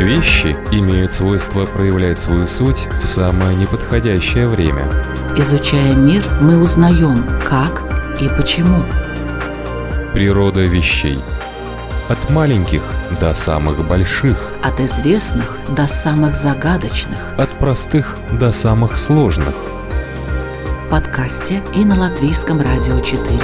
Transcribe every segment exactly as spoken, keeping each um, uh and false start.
Вещи имеют свойство проявлять свою суть в самое неподходящее время. Изучая мир, мы узнаем, как и почему. Природа вещей. От маленьких до самых больших. От известных до самых загадочных. От простых до самых сложных. В подкасте и на Латвийском радио четыре.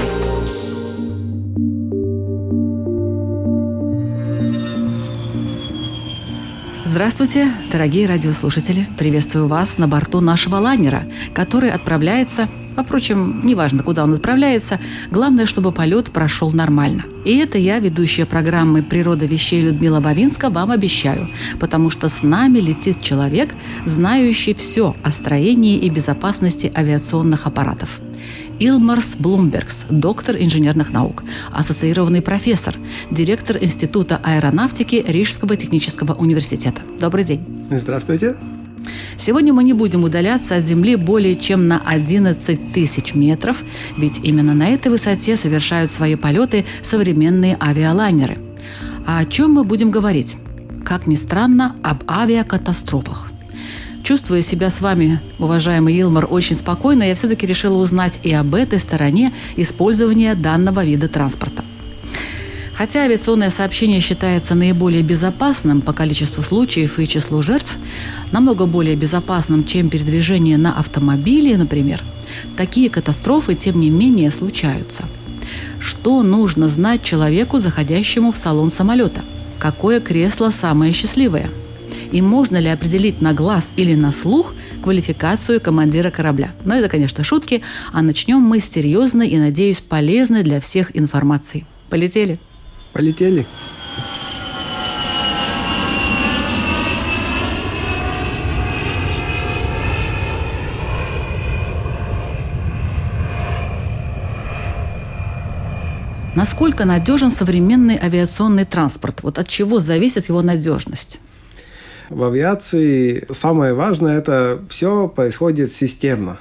Здравствуйте, дорогие радиослушатели! Приветствую вас на борту нашего лайнера, который отправляется, а, впрочем, неважно, куда он отправляется, главное, чтобы полет прошел нормально. И это я, ведущая программы «Природа вещей» Людмила Бавинска, вам обещаю, потому что с нами летит человек, знающий все о строении и безопасности авиационных аппаратов. Илмарс Блумбергс, доктор инженерных наук, ассоциированный профессор, директор Института аэронавтики Рижского технического университета. Добрый день. Здравствуйте. Сегодня мы не будем удаляться от Земли более чем на одиннадцать тысяч метров, ведь именно на этой высоте совершают свои полеты современные авиалайнеры. А о чем мы будем говорить? Как ни странно, об авиакатастрофах. Чувствуя себя с вами, уважаемый Илмар, очень спокойно, я все-таки решила узнать и об этой стороне использования данного вида транспорта. Хотя авиационное сообщение считается наиболее безопасным по количеству случаев и числу жертв, намного более безопасным, чем передвижение на автомобиле, например, такие катастрофы, тем не менее, случаются. Что нужно знать человеку, заходящему в салон самолета? Какое кресло самое счастливое? И можно ли определить на глаз или на слух квалификацию командира корабля? Но это, конечно, шутки, а начнем мы с серьезной и, надеюсь, полезной для всех информации. Полетели? Полетели. Насколько надежен современный авиационный транспорт? Вот от чего зависит его надежность? В авиации самое важное – это все происходит системно.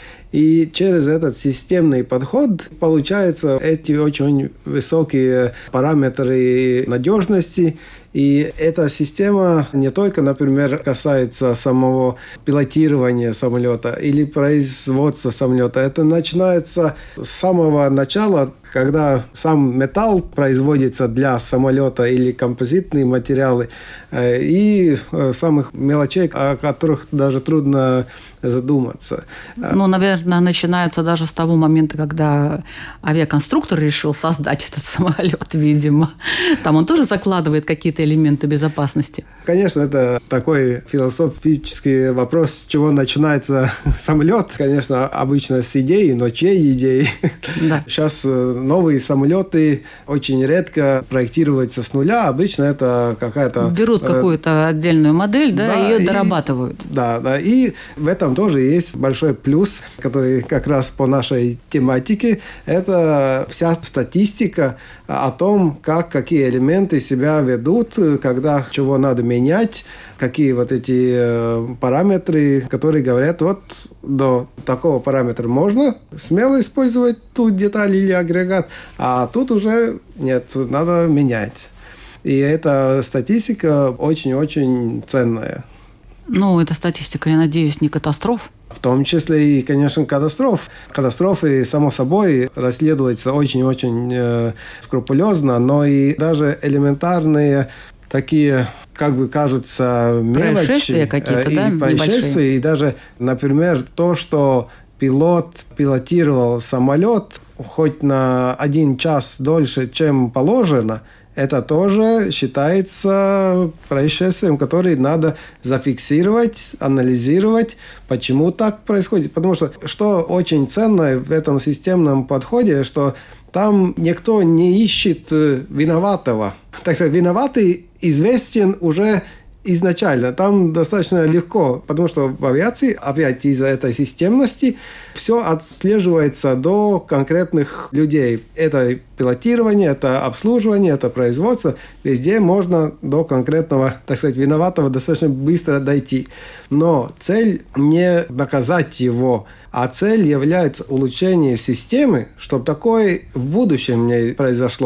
И через этот системный подход получаются эти очень высокие параметры надежности. И эта система не только, например, касается самого пилотирования самолета или производства самолета. Это начинается с самого начала, когда сам металл производится для самолета или композитные материалы, и самых мелочей, о которых даже трудно задуматься. Ну, наверное, начинается даже с того момента, когда авиаконструктор решил создать этот самолет, видимо. Там он тоже закладывает какие-то элементы безопасности. Конечно, это такой философический вопрос, с чего начинается самолет. Конечно, обычно с идеи, но чьей идеи? Да. Сейчас новые самолеты очень редко проектируются с нуля. Обычно это какая-то... Берут какую-то отдельную модель, да, да, ее и дорабатывают. Да, да. И в этом тоже есть большой плюс, который как раз по нашей тематике. Это вся статистика о том, как какие элементы себя ведут, когда чего надо менять, какие вот эти параметры, которые говорят, вот до такого параметра можно смело использовать ту деталь или агрегат, а тут уже нет, надо менять. И эта статистика очень-очень ценная. Ну, эта статистика, я надеюсь, не катастроф? В том числе и, конечно, катастроф. Катастрофы, само собой, расследуются очень-очень э, скрупулезно, но и даже элементарные такие, как бы кажутся, мелочи. Происшествия какие-то, и да? происшествия, небольшие. И даже, например, то, что пилот пилотировал самолет хоть на один час дольше, чем положено, это тоже считается происшествием, которое надо зафиксировать, анализировать, почему так происходит. Потому что, что очень ценно в этом системном подходе, что там никто не ищет виноватого. Так сказать, виноватый известен уже изначально. Там достаточно легко, потому что в авиации, опять из-за этой системности, все отслеживается до конкретных людей. Это пилотирование, это обслуживание, это производство. Везде можно до конкретного, так сказать, виноватого достаточно быстро дойти. Но цель не наказать его, а цель является улучшение системы, чтобы такое в будущем не произошло.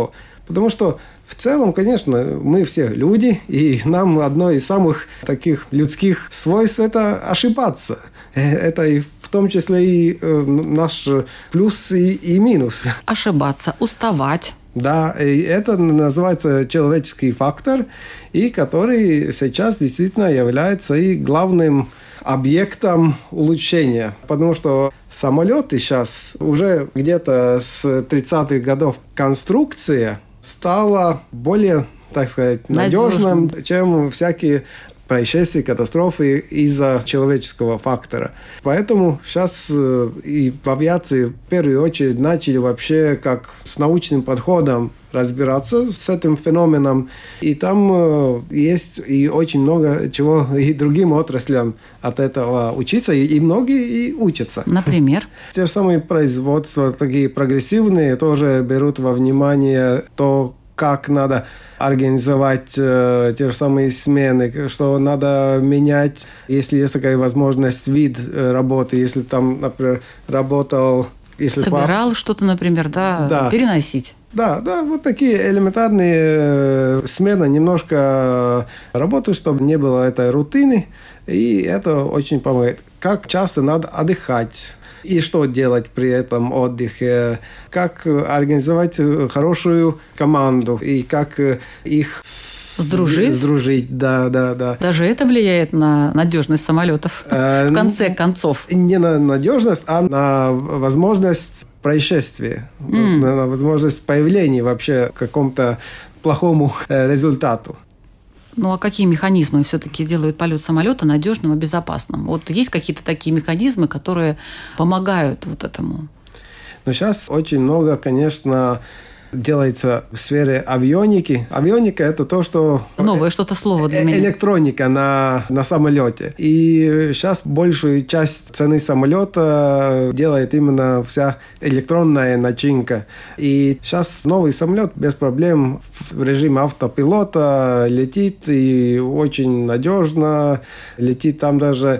Потому что в целом, конечно, мы все люди, и нам одно из самых таких людских свойств – это ошибаться. Это и в том числе и наш плюс и, и минус. Ошибаться, уставать. Да, и это называется человеческий фактор, и который сейчас действительно является и главным объектом улучшения. Потому что самолеты сейчас уже где-то с тридцатых годов конструкция стала более, так сказать, надежным, надежным, чем всякие происшествия, катастрофы из-за человеческого фактора. Поэтому сейчас и в авиации в первую очередь начали вообще как с научным подходом разбираться с этим феноменом. И там есть и очень много чего и другим отраслям от этого учиться, и, и многие и учатся. Например? Те же самые производства, такие прогрессивные, тоже берут во внимание то, как надо организовать э, те же самые смены, что надо менять, если есть такая возможность, вид э, работы, если там, например, работал... Если Собирал пап... что-то, например, да, да, переносить. Да, да, вот такие элементарные смены немножко работают, чтобы не было этой рутины, и это очень помогает. Как часто надо отдыхать? И что делать при этом отдыхе, как организовать хорошую команду и как их сдружить. сдружить. Да, да, да. Даже это влияет на надежность самолетов в конце концов. Не на надежность, а на возможность происшествия, mm. на возможность появления вообще какому-то плохому результату. Ну, а какие механизмы все-таки делают полет самолета надежным и безопасным? Вот есть какие-то такие механизмы, которые помогают вот этому? Ну, сейчас очень много, конечно, делается в сфере авионики. Авионика – это то, что… Новое что-то слово для меня. Электроника на, на самолете. И сейчас большую часть цены самолета делает именно вся электронная начинка. И сейчас новый самолет без проблем в режиме автопилота летит и очень надежно летит. Там даже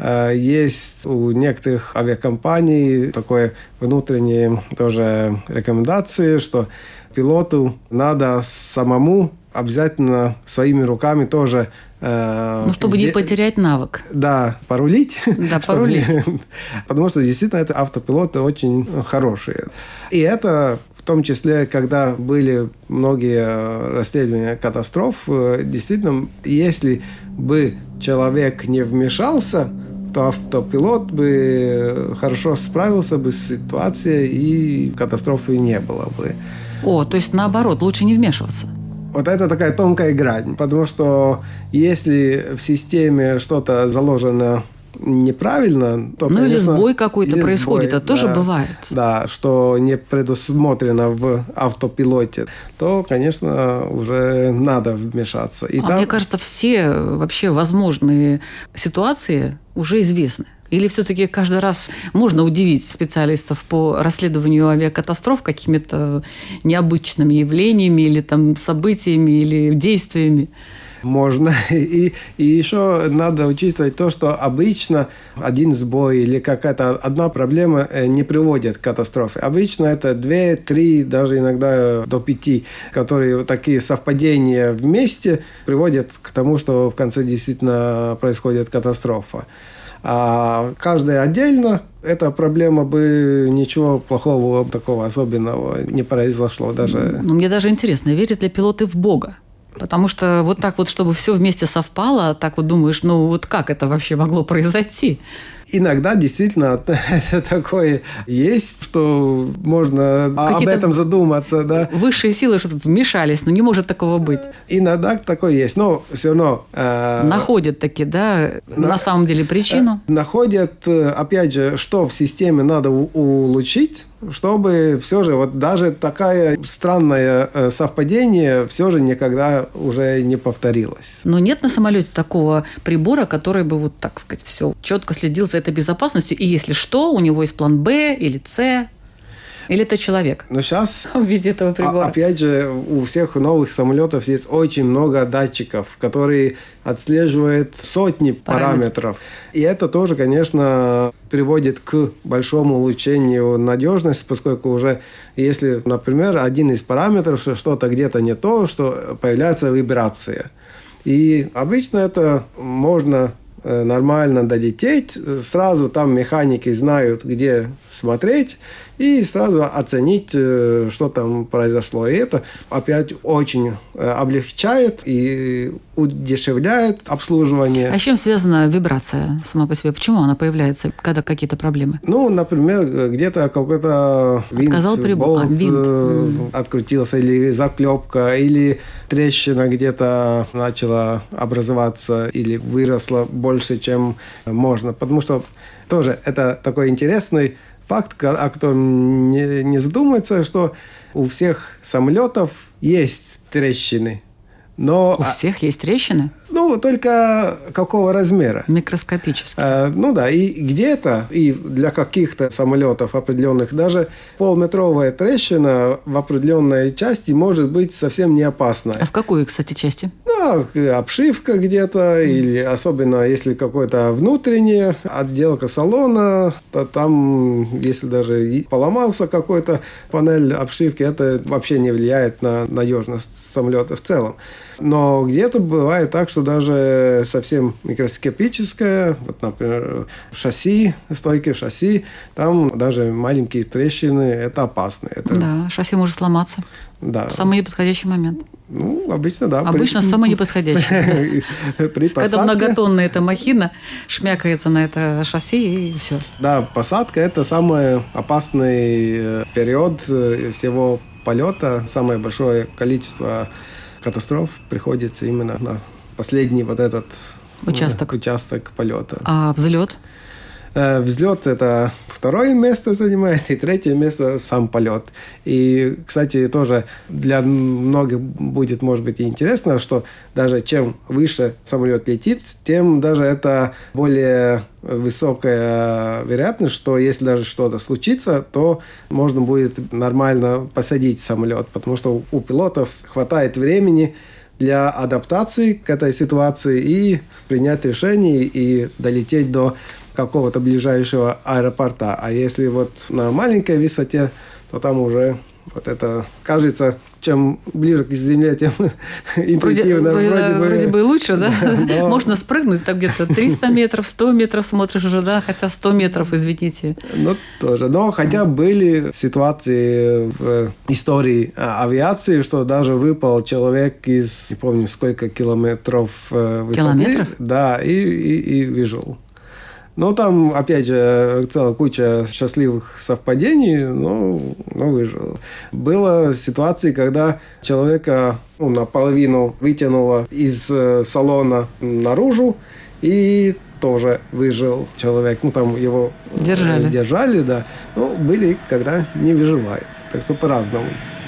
есть у некоторых авиакомпаний такое внутренние тоже рекомендации, что пилоту надо самому обязательно своими руками тоже... Ну, чтобы где... не потерять навык. Да, порулить. Да, порулить. Потому что действительно это автопилоты очень хорошие. И это в том числе, когда были многие расследования катастроф, действительно, если бы человек не вмешался, то автопилот бы хорошо справился бы с ситуацией, и катастрофы не было бы. О, то есть наоборот, лучше не вмешиваться. Вот это такая тонкая грань, потому что если в системе что-то заложено неправильно, то, ну, конечно, или сбой какой-то происходит, сбой, это тоже да, бывает. Да, что не предусмотрено в автопилоте, то, конечно, уже надо вмешаться. И а там... мне кажется, все вообще возможные ситуации уже известны. Или все-таки каждый раз можно удивить специалистов по расследованию авиакатастроф какими-то необычными явлениями или там событиями или действиями? Можно. И, и еще надо учитывать то, что обычно один сбой или какая-то одна проблема не приводит к катастрофе. Обычно это две, три, даже иногда до пяти, которые вот такие совпадения вместе приводят к тому, что в конце действительно происходит катастрофа. А каждая отдельно, эта проблема бы ничего плохого, такого особенного не произошло. Даже... Ну, мне даже интересно, верят ли пилоты в Бога? Потому что вот так вот, чтобы все вместе совпало, так вот думаешь, ну вот как это вообще могло произойти? Иногда действительно это такое есть, что можно какие-то об этом задуматься. Да? Высшие силы что-то вмешались, но не может такого быть. Иногда такое есть, но все равно... Э, находят таки, да, на, на самом деле причину? Э, находят, опять же, что в системе надо улучшить, чтобы все же, вот даже такое странное совпадение все же никогда уже не повторилось. Но нет на самолете такого прибора, который бы вот, так сказать, все четко следил за этой безопасностью, и если что, у него есть план Б или С, или это человек? Но сейчас, в виде этого прибора. Опять же, у всех новых самолетов есть очень много датчиков, которые отслеживают сотни параметров. параметров. И это тоже, конечно, в приводит к большому улучшению надежности, поскольку уже если, например, один из параметров, что что-то где-то не то, что появляется вибрация. И обычно это можно нормально долететь, сразу там механики знают, где смотреть, и сразу оценить, что там произошло. И это опять очень облегчает и удешевляет обслуживание. А с чем связана вибрация сама по себе? Почему она появляется, когда какие-то проблемы? Ну, например, где-то какой-то винт, Отказал прибор, болт а, винт. открутился, или заклепка, или трещина где-то начала образоваться, или выросла больше, чем можно. Потому что тоже это такой интересный факт, о котором не, не задумывается, что у всех самолетов есть трещины. Но, у всех есть трещины? Ну, только какого размера? Микроскопические. А, ну да, и где-то, и для каких-то самолетов определенных, даже полметровая трещина в определенной части может быть совсем не опасной. А в какой, кстати, части? Ну, обшивка где-то, mm. или особенно если какой-то внутренняя отделка салона, то там, если даже поломался какой-то панель обшивки, это вообще не влияет на надежность самолета в целом. Но где-то бывает так, что даже совсем микроскопическое, вот, например, шасси, стойки шасси, там даже маленькие трещины, это опасно. Это... Да, шасси может сломаться. Да. В самый неподходящий момент. Ну, обычно, да. Обычно при... самый неподходящий. При посадке... Когда многотонная эта махина шмякается на это шасси, и все. Да, посадка – это самый опасный период всего полета. Самое большое количество катастроф приходится именно на последний вот этот участок, участок полета. А взлет? Взлет – это второе место занимает, и третье место – сам полет. И, кстати, тоже для многих будет, может быть, и интересно, что даже чем выше самолет летит, тем даже это более высокая вероятность, что если даже что-то случится, то можно будет нормально посадить самолет, потому что у пилотов хватает времени для адаптации к этой ситуации и принять решение и долететь до какого-то ближайшего аэропорта. А если вот на маленькой высоте, то там уже вот это кажется, чем ближе к земле, тем интуитивно. Вроде, вроде, бы, вроде бы лучше, да? Но... Можно спрыгнуть там где-то триста метров, сто метров смотришь уже, да? Хотя сто метров, извините. Ну, тоже. Но хотя были ситуации в истории авиации, что даже выпал человек из, не помню, сколько километров высоты. Километров? Да, и, и, и выжил. Ну, там, опять же, целая куча счастливых совпадений, но, но выжил. Было ситуации, когда человека ну, наполовину вытянуло из салона наружу, и тоже выжил человек. Ну, там его держали, сдержали, да. Ну, были, когда не выживают. Так что по-разному.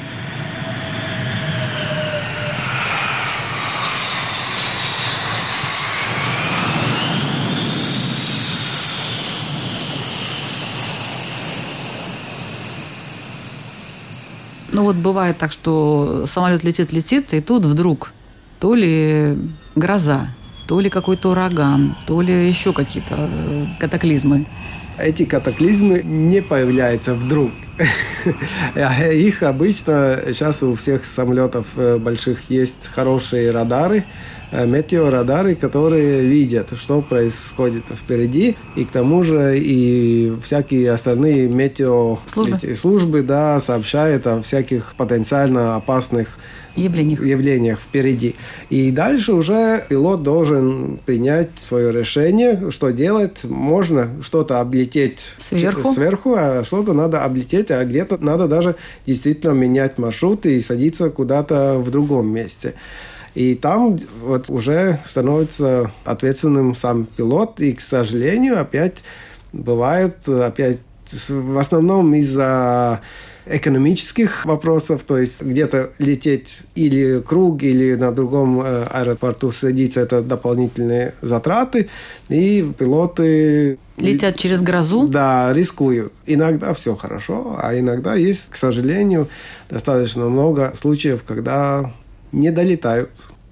Ну вот бывает так, что самолет летит-летит, и тут вдруг то ли гроза, то ли какой-то ураган, то ли еще какие-то катаклизмы. Эти катаклизмы не появляются вдруг. Их обычно сейчас у всех самолетов больших есть хорошие радары, метеорадары, которые видят, что происходит впереди, и к тому же и всякие остальные метеослужбы службы, да, сообщают о всяких потенциально опасных явлениях. явлениях впереди. И дальше уже пилот должен принять свое решение, что делать. Можно что-то облететь сверху, сверху а что-то надо облететь, а где-то надо даже действительно менять маршрут и садиться куда-то в другом месте. И там вот уже становится ответственным сам пилот. И, к сожалению, опять бывает, опять в основном из-за экономических вопросов, то есть где-то лететь или круг, или на другом аэропорту садиться, это дополнительные затраты, и пилоты... Летят через грозу? Да, рискуют. Иногда все хорошо, а иногда есть, к сожалению, достаточно много случаев, когда не долетают.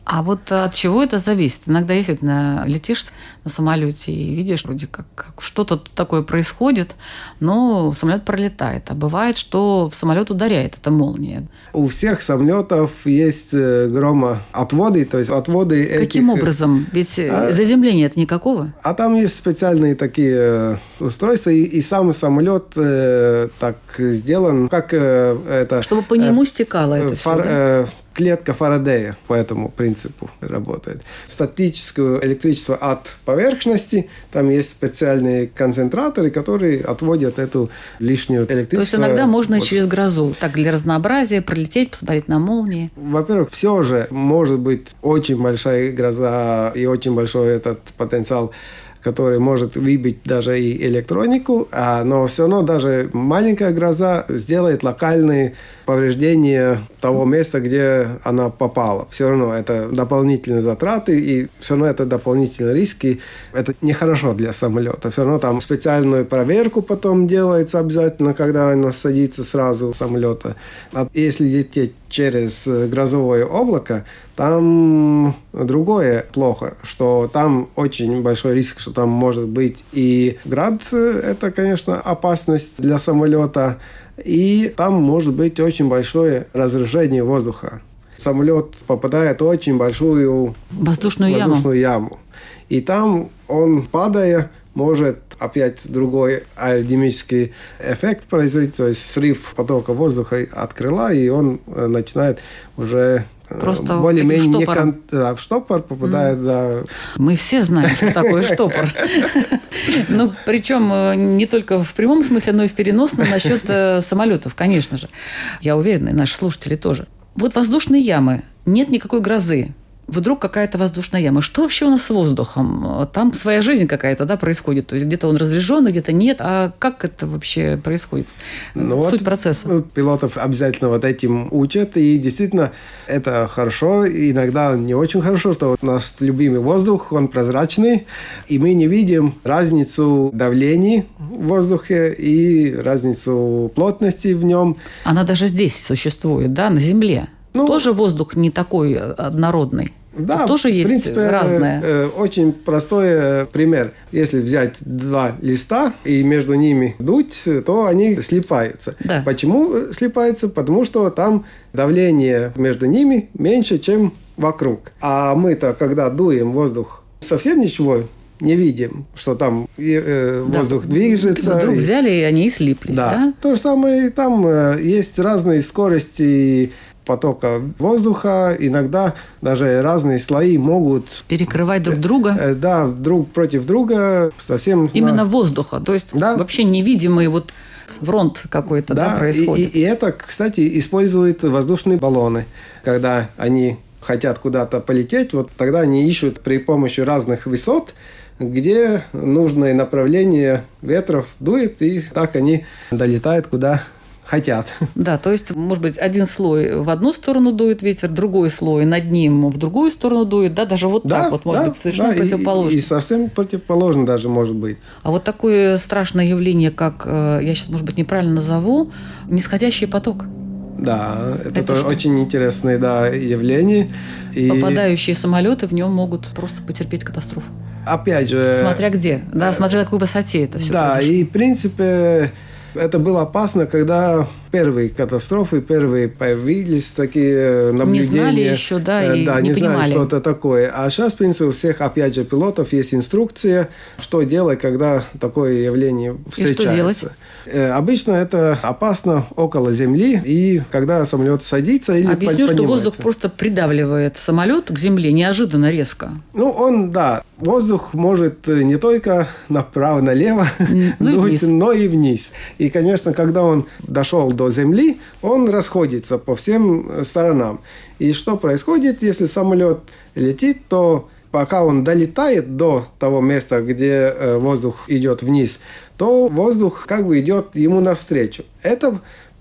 А вот от чего это зависит? Иногда действительно летишь на самолете и видишь, вроде как, как что-то такое происходит, но самолет пролетает. А бывает, что в самолет ударяет эта молния. У всех самолетов есть громоотводы, то есть отводы. Каким этих... образом? Ведь а... заземления-то никакого. А там есть специальные такие устройства, и, и сам самолет э, так сделан, как э, это... Чтобы по нему э, стекало это фар, все, да? э, Клетка Фарадея по этому принципу работает. Статическое электричество от поверхности, там есть специальные концентраторы, которые отводят эту лишнюю электричество. То есть иногда можно вот. через грозу, так для разнообразия, пролететь, посмотреть на молнии. Во-первых, все же может быть очень большая гроза и очень большой этот потенциал, который может выбить даже и электронику, а, но все равно даже маленькая гроза сделает локальные повреждения того места, где она попала. Все равно это дополнительные затраты, и все равно это дополнительные риски. Это нехорошо для самолета. Все равно там специальную проверку потом делается обязательно, когда она садится сразу с самолета. А если лететь через грозовое облако, там другое плохо, что там очень большой риск, что там может быть и град, это, конечно, опасность для самолета, и там может быть очень большое разрушение воздуха. Самолет попадает в очень большую воздушную, воздушную яму. яму. И там он, падая, может опять другой аэродинамический эффект произойти, то есть срыв потока воздуха от крыла, и он начинает уже просто более-менее не кон... да, в штопор попадает. Mm. Да. Мы все знаем, что такое штопор. Ну, причем не только в прямом смысле, но и в переносном насчет самолетов, конечно же. Я уверена, и наши слушатели тоже. Вот воздушные ямы. Нет никакой грозы. Вдруг какая-то воздушная яма. Что вообще у нас с воздухом? Там своя жизнь какая-то, да, происходит. То есть где-то он разряжен, где-то нет. А как это вообще происходит? Ну Суть вот процесса. Пилотов обязательно вот этим учат. И действительно, это хорошо. Иногда не очень хорошо, что у нас любимый воздух, он прозрачный. И мы не видим разницу давления в воздухе и разницу плотности в нем. Она даже здесь существует, да, на Земле. Ну, тоже воздух не такой однородный. Да, тут тоже есть, в принципе, разное. Э, очень простой пример. Если взять два листа и между ними дуть, то они слипаются. Да. Почему слипаются? Потому что там давление между ними меньше, чем вокруг. А мы-то, когда дуем воздух, совсем ничего не видим, что там э, да. воздух движется. Вдруг и... взяли, и они и слиплись, да? Да. То же самое, там э, есть разные скорости потока воздуха, иногда даже разные слои могут перекрывать друг друга. Э, да, друг против друга совсем. Именно на... воздуха, то есть да. вообще невидимый вот фронт какой-то, да, да происходит. И, и, и это, кстати, используют воздушные баллоны, когда они хотят куда-то полететь, вот тогда они ищут при помощи разных высот, где нужное направление ветров дует, и так они долетают куда хотят. Да, то есть, может быть, один слой в одну сторону дует ветер, другой слой над ним в другую сторону дует, да, даже вот да, так вот, может да, быть, совершенно да, противоположно. И, и совсем противоположно даже может быть. А вот такое страшное явление, как, я сейчас, может быть, неправильно назову, нисходящий поток. Да, это, это тоже что? Очень интересное, да, явление. И... Попадающие самолеты в нем могут просто потерпеть катастрофу. Опять же... Смотря где, да, смотря на какой высоте это все да, произошло. И, в принципе, это было опасно, когда первые катастрофы, первые появились такие наблюдения. Не знали еще, да, и да, не, не понимали. знали, что это такое. А сейчас, в принципе, у всех, опять же, пилотов есть инструкция, что делать, когда такое явление встречается. И что делать? Обычно это опасно около земли, и когда самолет садится или Объясню, что воздух просто придавливает самолет к земле неожиданно резко. Ну, он, да, воздух может не только направо-налево ну дуть, но и вниз. И, конечно, когда он дошел до земли, он расходится по всем сторонам. И что происходит, если самолет летит, то пока он долетает до того места, где воздух идет вниз, то воздух как бы идет ему навстречу. Это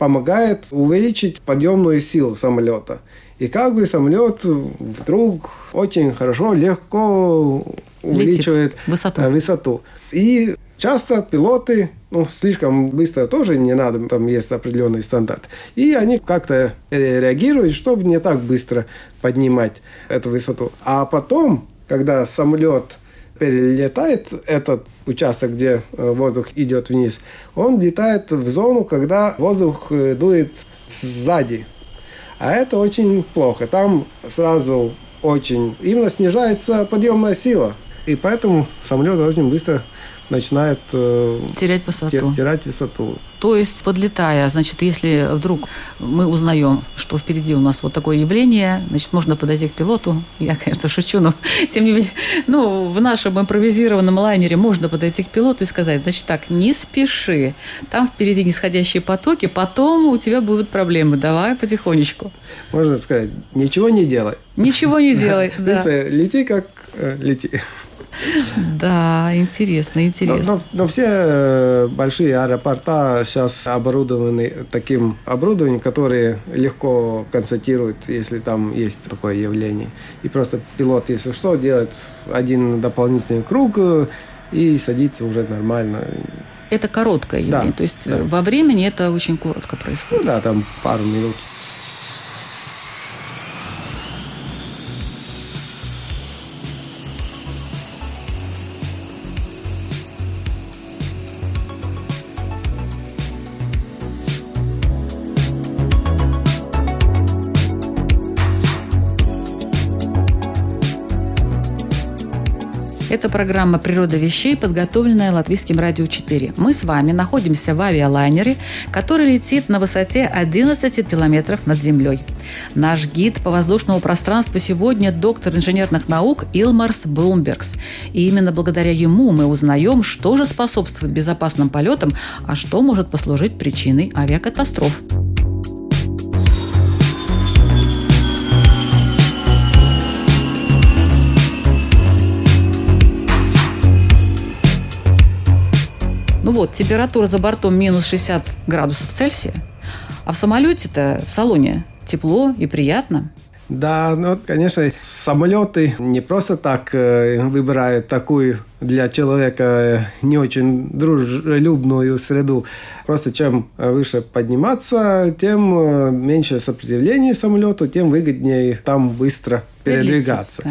помогает увеличить подъемную силу самолета. И как бы самолет вдруг очень хорошо, легко увеличивает высоту. высоту. И часто пилоты, ну, слишком быстро тоже не надо, там есть определенный стандарт. И они как-то реагируют, чтобы не так быстро поднимать эту высоту. А потом, когда самолет перелетает этот участок, где воздух идет вниз, он летает в зону, когда воздух дует сзади. А это очень плохо. Там сразу очень именно снижается подъемная сила. И поэтому самолет очень быстро начинает э, терять высоту. терять высоту. То есть, подлетая, значит, если вдруг мы узнаем, что впереди у нас вот такое явление, значит, можно подойти к пилоту. Я, конечно, шучу, но тем не менее, ну, в нашем импровизированном лайнере можно подойти к пилоту и сказать, значит, так, не спеши, там впереди нисходящие потоки, потом у тебя будут проблемы, давай потихонечку. Можно сказать, ничего не делай. Ничего не делай, да. Лети как лети. Да, интересно, интересно. Но, но, но все большие аэропорта сейчас оборудованы таким оборудованием, которое легко констатирует, если там есть такое явление. И просто пилот, если что, делает один дополнительный круг и садится уже нормально. Это короткое явление, да, то есть да. Во времени это очень коротко происходит. Ну да, там пару минут. Это программа «Природа вещей», подготовленная Латвийским радио четыре. Мы с вами находимся в авиалайнере, который летит на высоте одиннадцать километров над землей. Наш гид по воздушному пространству сегодня доктор инженерных наук Илмарс Блумбергс. И именно благодаря ему мы узнаем, что же способствует безопасным полетам, а что может послужить причиной авиакатастроф. Ну вот, температура за бортом минус шестьдесят градусов Цельсия, а в самолете-то, в салоне, тепло и приятно. Да, ну, конечно, самолеты не просто так э, выбирают такую для человека не очень дружелюбную среду. Просто чем выше подниматься, тем меньше сопротивления самолету, тем выгоднее там быстро передвигаться.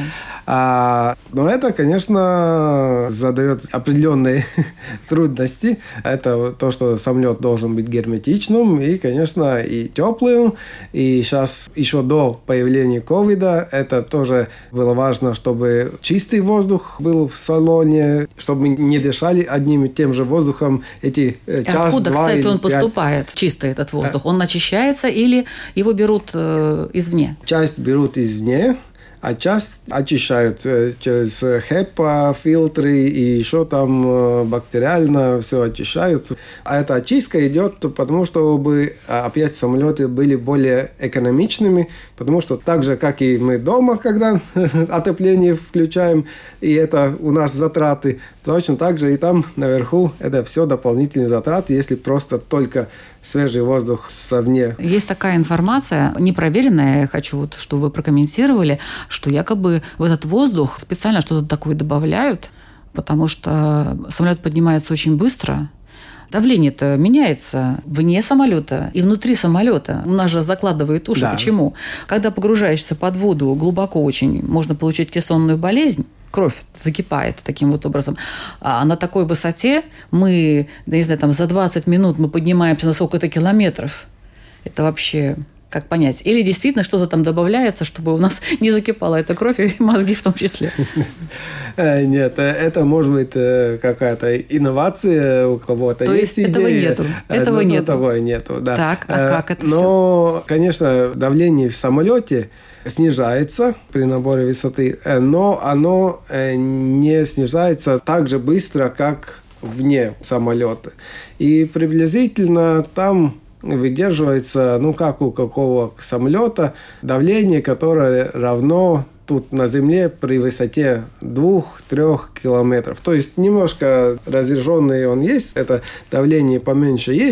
А, но это, конечно, задает определенные трудности. Это то, что самолет должен быть герметичным и, конечно, и теплым. И сейчас, еще до появления ковида, это тоже было важно, чтобы чистый воздух был в салоне, чтобы мы не дышали одним и тем же воздухом эти час, Откуда, два, кстати, он пять. поступает, чистый этот воздух? Он очищается или его берут э, извне? Часть берут извне, а часть очищают через хэпа, фильтры и еще там бактериально все очищают. А эта очистка идет потому, чтобы опять самолеты были более экономичными, потому что так же, как и мы дома, когда отопление включаем, и это у нас затраты, точно так же и там наверху это все дополнительные затраты, если просто только свежий воздух совне. Есть такая информация, непроверенная, я хочу, вот, чтобы вы прокомментировали, что якобы в этот воздух специально что-то такое добавляют, потому что самолет поднимается очень быстро. Давление-то меняется вне самолета и внутри самолета. У нас же закладывает уши. Да. Почему? Когда погружаешься под воду глубоко очень, можно получить кессонную болезнь. Кровь закипает таким вот образом. А на такой высоте мы, да, не знаю, там за двадцать минут мы поднимаемся на сколько-то километров. Это вообще как понять? Или действительно что-то там добавляется, чтобы у нас не закипала эта кровь и мозги в том числе? Нет, это может быть какая-то инновация у кого-то. То есть этого нету? Этого нету? Этого нету, да. Так, а как это все? Но, конечно, давление в самолете снижается при наборе высоты, но оно не снижается так же быстро, как вне самолета. И приблизительно там выдерживается, ну как у какого самолета, давление, которое равно тут на земле при высоте двух-трех километров. То есть немножко разряженный он есть, это давление поменьше есть,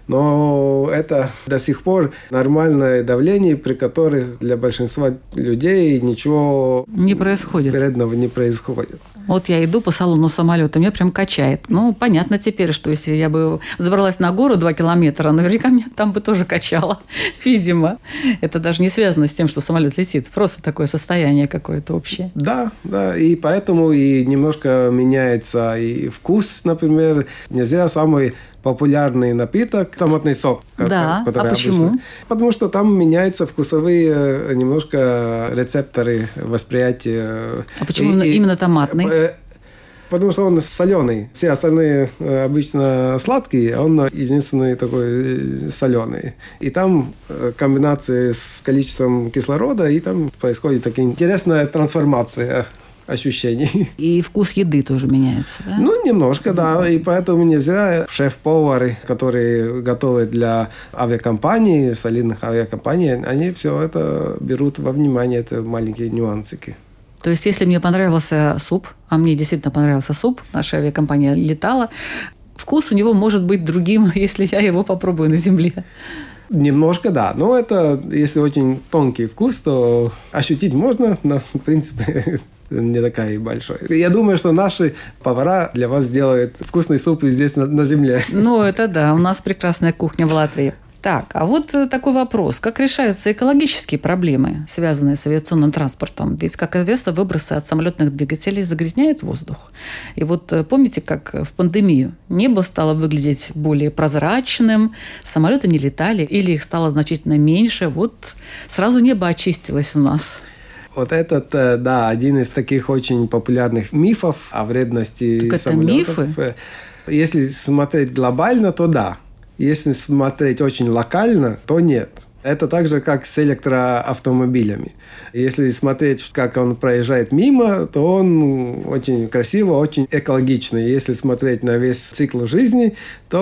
но это до сих пор нормальное давление, при которых для большинства людей ничего не происходит. Вредного не происходит. Вот я иду по салону самолета, меня прям качает. Ну, понятно теперь, что если я бы забралась на гору два километра, наверняка меня там бы тоже качало. Видимо. Это даже не связано с тем, что самолет летит. Просто такое состояние какое-то общее. Да, да. И поэтому и немножко меняется и вкус, например. Нельзя самый популярный напиток – томатный сок. Да, а почему? Обычно. Потому что там меняются вкусовые немножко рецепторы восприятия. А почему и, именно томатный? Потому что он соленый. Все остальные обычно сладкие, а он единственный такой соленый. И там комбинации с количеством кислорода, и там происходит такая интересная трансформация ощущений. И вкус еды тоже меняется, да? Ну, немножко, да. И поэтому не зря шеф-повары, которые готовят для авиакомпаний, солидных авиакомпаний, они все это берут во внимание, это маленькие нюансики. То есть, если мне понравился суп, а мне действительно понравился суп, наша авиакомпания летала, вкус у него может быть другим, если я его попробую на земле. Немножко, да. Но это, если очень тонкий вкус, то ощутить можно, но, в принципе, не такая и большая. Я думаю, что наши повара для вас сделают вкусный суп и здесь, на, на земле. Ну, это да. У нас прекрасная кухня в Латвии. Так, а вот такой вопрос. Как решаются экологические проблемы, связанные с авиационным транспортом? Ведь, как известно, выбросы от самолетных двигателей загрязняют воздух. И вот помните, как в пандемию небо стало выглядеть более прозрачным, самолеты не летали или их стало значительно меньше, вот сразу небо очистилось у нас. Вот этот, да, один из таких очень популярных мифов о вредности так самолетов. Это мифы? Если смотреть глобально, то да. Если смотреть очень локально, то нет. Это так же, как с электроавтомобилями. Если смотреть, как он проезжает мимо, то он очень красиво, очень экологично. Если смотреть на весь цикл жизни,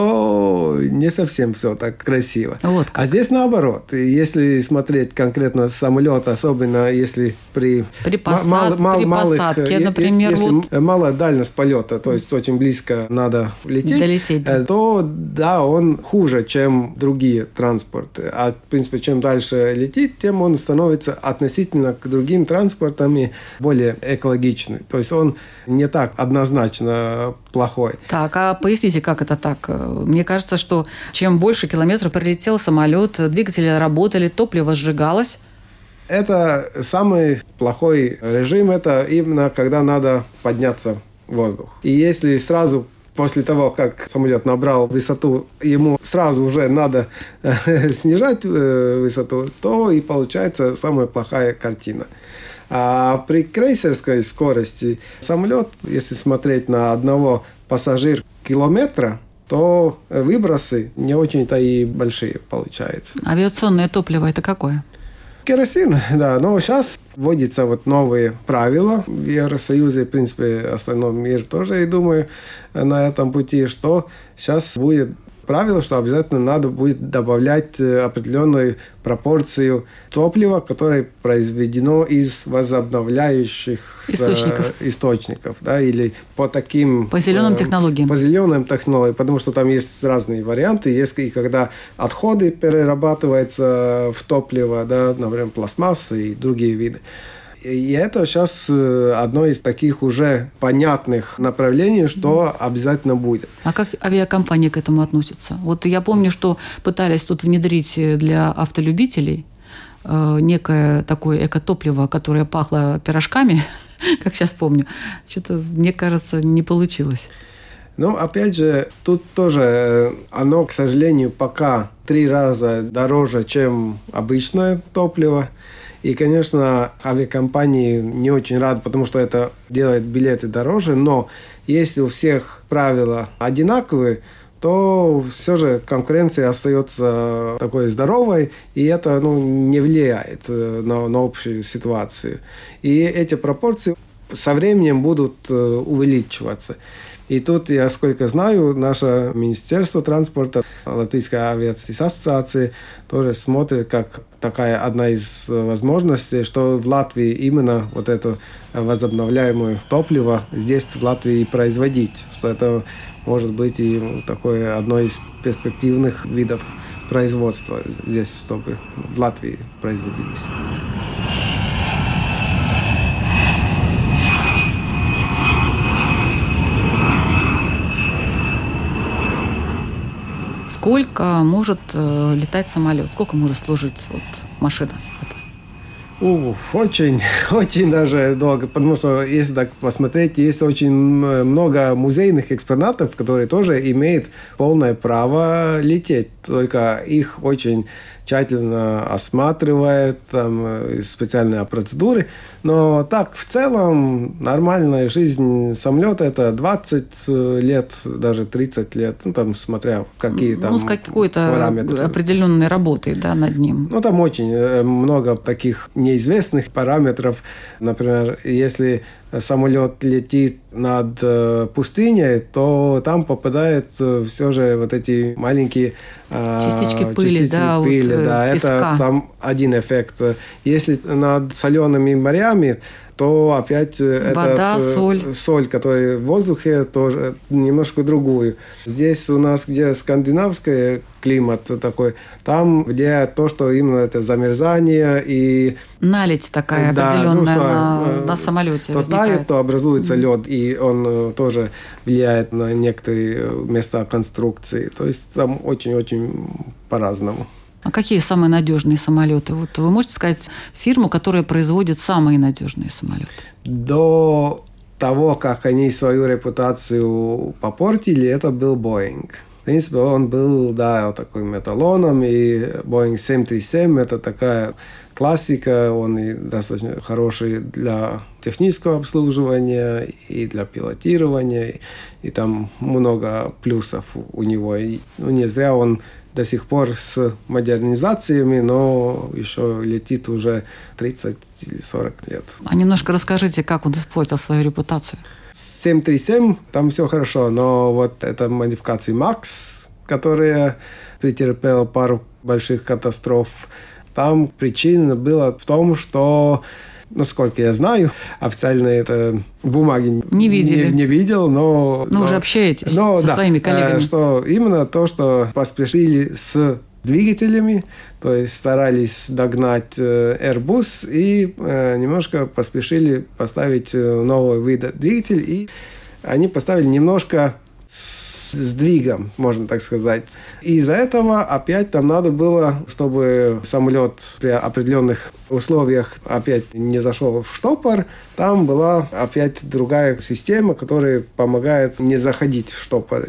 то не совсем все так красиво. Вот а здесь наоборот. Если смотреть конкретно самолет, особенно если при, при, посад... мал, мал, при малых, посадке, например, если вот... малая дальность полета, то есть очень близко надо лететь, долететь, да. то да, он хуже, чем другие транспорты. А в принципе, чем дальше летит, тем он становится относительно к другим транспортам более экологичный. То есть он не так однозначно плохой. Так, а поясните, как это так? Мне кажется, что чем больше километров пролетел самолет, двигатели работали, топливо сжигалось. Это самый плохой режим, это именно когда надо подняться в воздух. И если сразу после того, как самолет набрал высоту, ему сразу уже надо снижать высоту, то и получается самая плохая картина. А при крейсерской скорости самолет, если смотреть на одного пассажира километра, то выбросы не очень-то и большие получаются. Авиационное топливо – это какое? Керосин, да. Но сейчас вводятся вот новые правила в Евросоюзе, в принципе, остальной мир тоже, я думаю, на этом пути, что сейчас будет правило, что обязательно надо будет добавлять определенную пропорцию топлива, которое произведено из возобновляющих источников, источников да, или по таким... По зеленым технологиям. По зеленым технологиям, потому что там есть разные варианты. Есть и когда отходы перерабатываются в топливо, да, например, пластмасса и другие виды. И это сейчас одно из таких уже понятных направлений, что обязательно будет. А как авиакомпания к этому относится? Вот я помню, что пытались тут внедрить для автолюбителей э, некое такое экотопливо, которое пахло пирожками, как сейчас помню. Что-то, мне кажется, не получилось. Ну, опять же, тут тоже оно, к сожалению, пока три раза дороже, чем обычное топливо. И, конечно, авиакомпании не очень рады, потому что это делает билеты дороже. Но если у всех правила одинаковые, то все же конкуренция остается такой здоровой, и это ну, не влияет на, на общую ситуацию. И эти пропорции со временем будут увеличиваться. И тут, я сколько знаю, наше Министерство транспорта, Латвийская авиационная ассоциация тоже смотрит как такая одна из возможностей, что в Латвии именно вот это возобновляемое топливо здесь в Латвии производить, что это может быть и такое одно из перспективных видов производства здесь, чтобы в Латвии производились. Сколько может э, летать самолет? Сколько может служить вот, машина? Уф, очень, очень даже долго, потому что, если так посмотреть, есть очень много музейных экспонатов, которые тоже имеют полное право лететь, только их очень тщательно осматривают, там специальные процедуры. Но так, в целом, нормальная жизнь самолета – это двадцать лет, даже тридцать лет, ну, там, смотря какие там ну, с какой-то параметры. Определенной работой, да, над ним. Ну, там очень много таких неизвестных параметров. Например, если самолет летит над пустыней, то там попадают все же вот эти маленькие частички пыли, частицы да, пыли, вот, да, песка. Это там один эффект. Если над солеными морями, то опять вода, этот, соль. соль, которая в воздухе, тоже немножко другую. Здесь у нас, где скандинавский климат такой, там, где то, что именно это замерзание и... Наледь такая да, определенная ну, что, на, на самолете то возникает. тает, то образуется mm-hmm. лед, и он тоже влияет на некоторые места конструкции. То есть там очень-очень по-разному. А какие самые надежные самолеты? Вот вы можете сказать фирму, которая производит самые надежные самолеты? До того, как они свою репутацию попортили, это был Boeing. В принципе, он был, да, таким эталоном, и Boeing семь тридцать семь – это такая классика, он и достаточно хороший для технического обслуживания и для пилотирования, и, и там много плюсов у него. И, ну, не зря он до сих пор с модернизациями, но еще летит уже тридцать или сорок лет. А немножко расскажите, как он испортил свою репутацию. семь тридцать семь, там все хорошо, но вот это модификации Макс, которая претерпела пару больших катастроф, там причина была в том, что, ну, сколько я знаю, официально это бумаги не, видели. не, не видел, но... Но, но уже общаетесь но, со да, своими коллегами. Что именно то, что поспешили с двигателями, то есть старались догнать Airbus и немножко поспешили поставить новый вид двигателя, и они поставили немножко сдвигом, можно так сказать. И из-за этого опять там надо было, чтобы самолет при определенных условиях опять не зашел в штопор, там была опять другая система, которая помогает не заходить в штопор.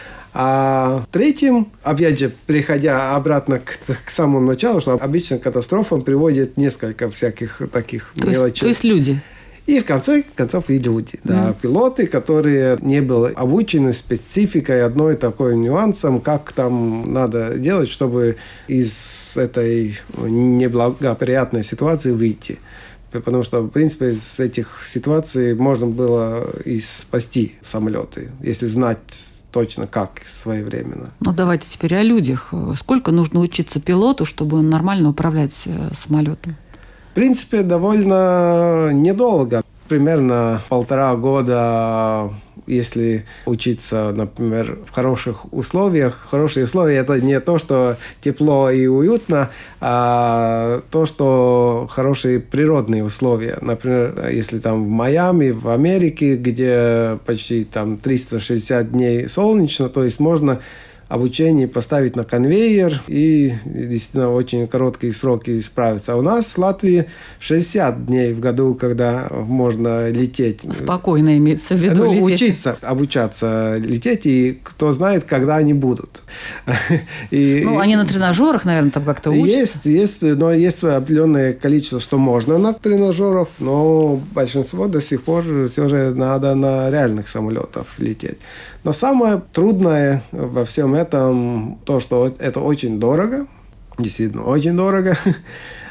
А третьим, опять же, приходя обратно к, к самому началу, что обычно к катастрофам приводит несколько всяких таких то мелочей. Есть, то есть люди? И в конце концов и люди. Mm. Да, пилоты, которые не были обучены спецификой одной такой нюансом, как там надо делать, чтобы из этой неблагоприятной ситуации выйти. Потому что, в принципе, из этих ситуаций можно было и спасти самолеты, если знать точно как своевременно. Ну, давайте теперь о людях. Сколько нужно учиться пилоту, чтобы нормально управлять самолетом? В принципе, довольно недолго. Примерно полтора года, если учиться, например, в хороших условиях. Хорошие условия – это не то, что тепло и уютно, а то, что хорошие природные условия. Например, если там в Майами, в Америке, где почти там триста шестьдесят дней солнечно, то есть можно обучение поставить на конвейер и действительно очень короткие сроки справиться. А у нас в Латвии шестьдесят дней в году, когда можно лететь. Спокойно имеется в виду ну, лететь. Учиться, обучаться лететь, и кто знает, когда они будут. И, ну, они на тренажерах, наверное, там как-то учатся. Есть, есть, но есть определенное количество, что можно на тренажерах, но большинство до сих пор все же надо на реальных самолетах лететь. Но самое трудное во всем этом то, что это очень дорого, действительно очень дорого.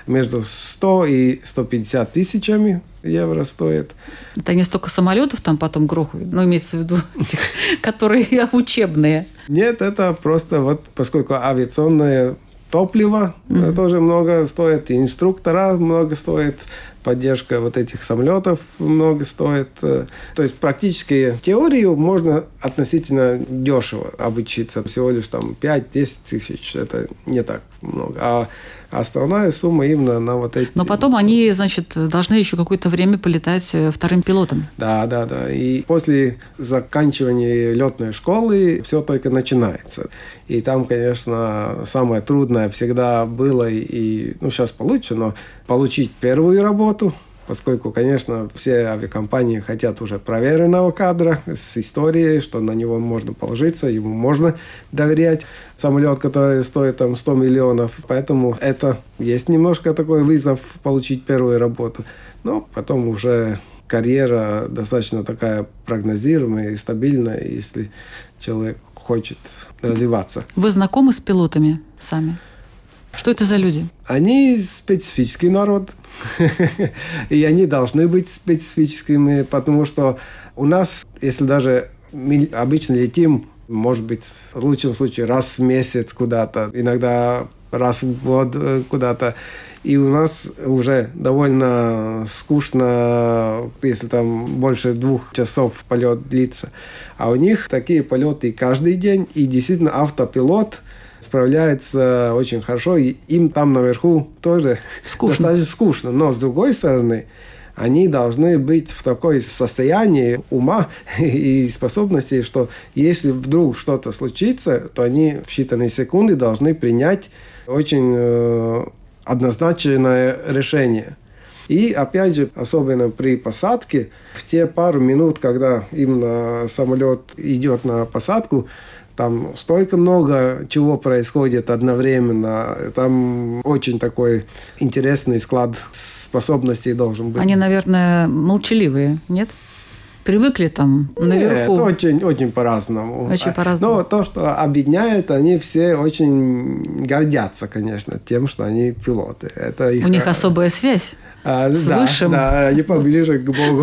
между сто и сто пятьдесят тысячами евро стоит. Это не столько самолетов там потом грохают, но имеется в виду этих, которые учебные. Нет, это просто вот, поскольку авиационное топливо mm-hmm. тоже много стоит, и инструктора много стоит, поддержка вот этих самолетов много стоит. То есть практически теорию можно относительно дешево обучиться. Всего лишь там пять-десять тысяч. Это не так много. А основная сумма именно на вот эти... Но потом они, значит, должны еще какое-то время полетать вторым пилотом. Да, да, да. И после заканчивания летной школы все только начинается. И там, конечно, самое трудное всегда было, и ну, сейчас получше, но получить первую работу, поскольку, конечно, все авиакомпании хотят уже проверенного кадра с историей, что на него можно положиться, ему можно доверять. Самолет, который стоит там сто миллионов, поэтому это есть немножко такой вызов получить первую работу. Но потом уже карьера достаточно такая прогнозируемая и стабильная, если человек хочет развиваться. Вы знакомы с пилотами сами? Что это за люди? Они специфический народ, и они должны быть специфическими, потому что у нас, если даже мы обычно летим, может быть, в лучшем случае раз в месяц куда-то, иногда раз в год куда-то, и у нас уже довольно скучно, если там больше двух часов полет длится. А у них такие полеты каждый день, и действительно автопилот справляется очень хорошо, и им там наверху тоже скучно. Достаточно скучно. Но, с другой стороны, они должны быть в такой состоянии ума и способности, что если вдруг что-то случится, то они в считанные секунды должны принять очень э, однозначное решение. И, опять же, особенно при посадке, в те пару минут, когда именно самолет идет на посадку, там столько много чего происходит одновременно. Там очень такой интересный склад способностей должен быть. Они, наверное, молчаливые, нет? Привыкли там наверху? Нет, очень, очень по-разному. Очень по-разному. Но то, что объединяет, они все очень гордятся, конечно, тем, что они пилоты. Это их... У них особая связь. А, с да, высшим. Да, они поближе к Богу.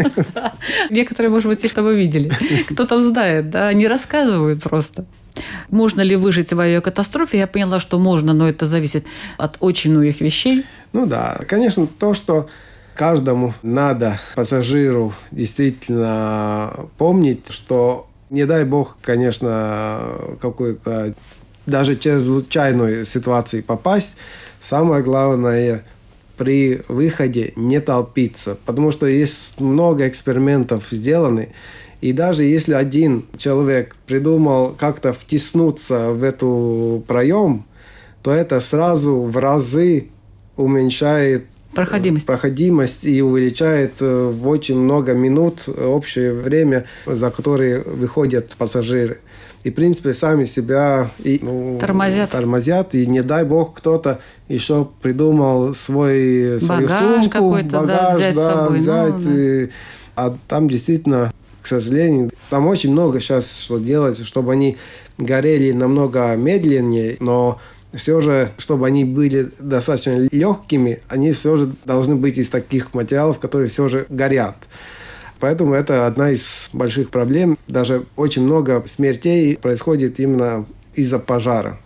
Некоторые, может быть, их того видели. Кто там знает, да? Они рассказывают просто. Можно ли выжить в авиакатастрофе? Я поняла, что можно, но это зависит от очень многих вещей. Ну да, конечно, то, что каждому надо, пассажиру, действительно помнить, что, не дай бог, конечно, какую-то даже чрезвычайную ситуацию попасть, самое главное – при выходе не толпиться, потому что есть много экспериментов сделаны, и даже если один человек придумал как-то втиснуться в эту проем, то это сразу в разы уменьшает проходимость, проходимость и увеличает в очень много минут общее время, за которое выходят пассажиры. И, в принципе, сами себя и, ну, тормозят. тормозят. И, не дай бог, кто-то еще придумал свой, свою багаж сумку, багаж да, взять да, с собой. взять. Ну, да. И, а там действительно, к сожалению, там очень много сейчас что делать, чтобы они горели намного медленнее, но все же, чтобы они были достаточно легкими, они все же должны быть из таких материалов, которые все же горят. Поэтому это одна из больших проблем. Даже очень много смертей происходит именно из-за пожара.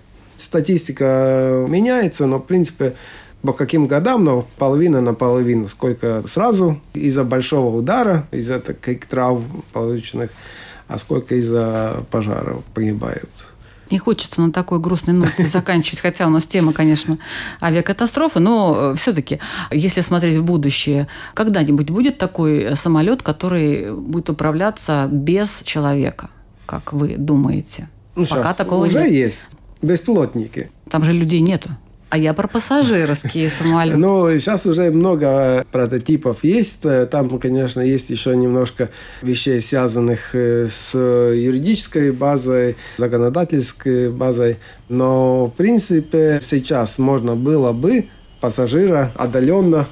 Статистика меняется, но, в принципе, по каким годам, но половина на половину. Сколько сразу из-за большого удара, из-за таких травм полученных, а сколько из-за пожара погибают. Не хочется на такой грустной ноте заканчивать, хотя у нас тема, конечно, авиакатастрофы, но все-таки, если смотреть в будущее, когда-нибудь будет такой самолет, который будет управляться без человека, как вы думаете? Ну, Пока такого уже нет. есть беспилотники. Там же людей нету. А я про пассажирские самолеты. Ну, сейчас уже много прототипов есть. Там, конечно, есть еще немножко вещей, связанных с юридической базой, законодательской базой. Но, в принципе, сейчас можно было бы пассажира отдаленно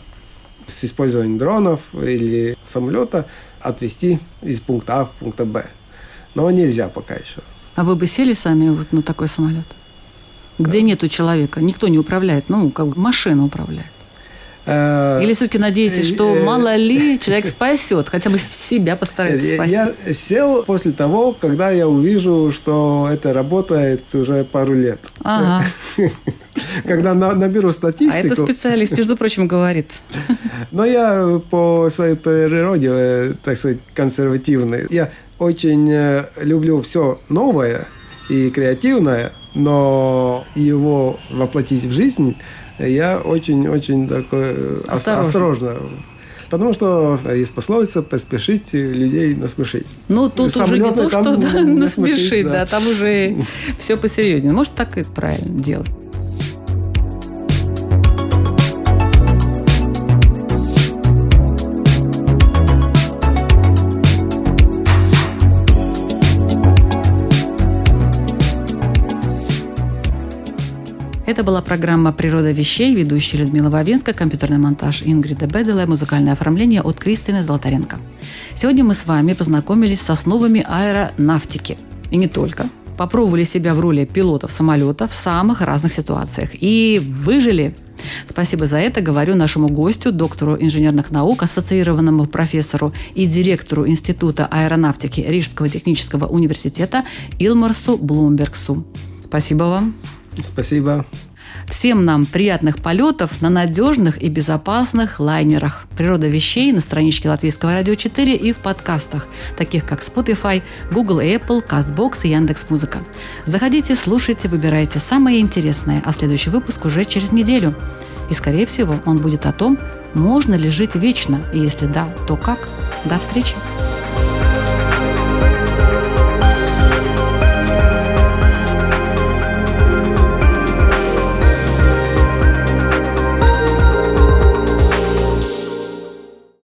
с использованием дронов или самолета отвезти из пункта А в пункт Б. Но нельзя пока еще. А вы бы сели сами вот на такой самолет? где нету человека, никто не управляет, ну, как бы машина управляет? Или все-таки надеетесь, что мало ли человек спасет, хотя бы себя постарается спасти? Я сел после того, когда я увижу, что это работает уже пару лет. Ага. Когда наберу статистику... А это специалист, между прочим, говорит. Но я по своей природе, так сказать, консервативный. Я очень люблю все новое и креативное, но его воплотить в жизнь я очень-очень такой осторожно. осторожно. Потому что есть пословица «поспешить людей насмешить». Ну, тут Самолеты уже не то, что да, насмешить, да. да, там уже все посерьезнее. Может, так и правильно делать. Это была программа «Природа вещей», ведущая Людмила Вавинска, компьютерный монтаж Ингрида Беделе, музыкальное оформление от Кристины Золотаренко. Сегодня мы с вами познакомились с основами аэронавтики. И не только. Попробовали себя в роли пилотов самолета в самых разных ситуациях. И выжили. Спасибо за это говорю нашему гостю, доктору инженерных наук, ассоциированному профессору и директору Института аэронавтики Рижского технического университета Илмарсу Блумбергсу. Спасибо вам. Спасибо. Всем нам приятных полетов на надежных и безопасных лайнерах. «Природа вещей» на страничке Латвийского радио четыре и в подкастах, таких как Spotify, Google и Apple, CastBox и Яндекс.Музыка. Заходите, слушайте, выбирайте самое интересное, а следующий выпуск уже через неделю. И, скорее всего, он будет о том, можно ли жить вечно, и если да, то как. До встречи!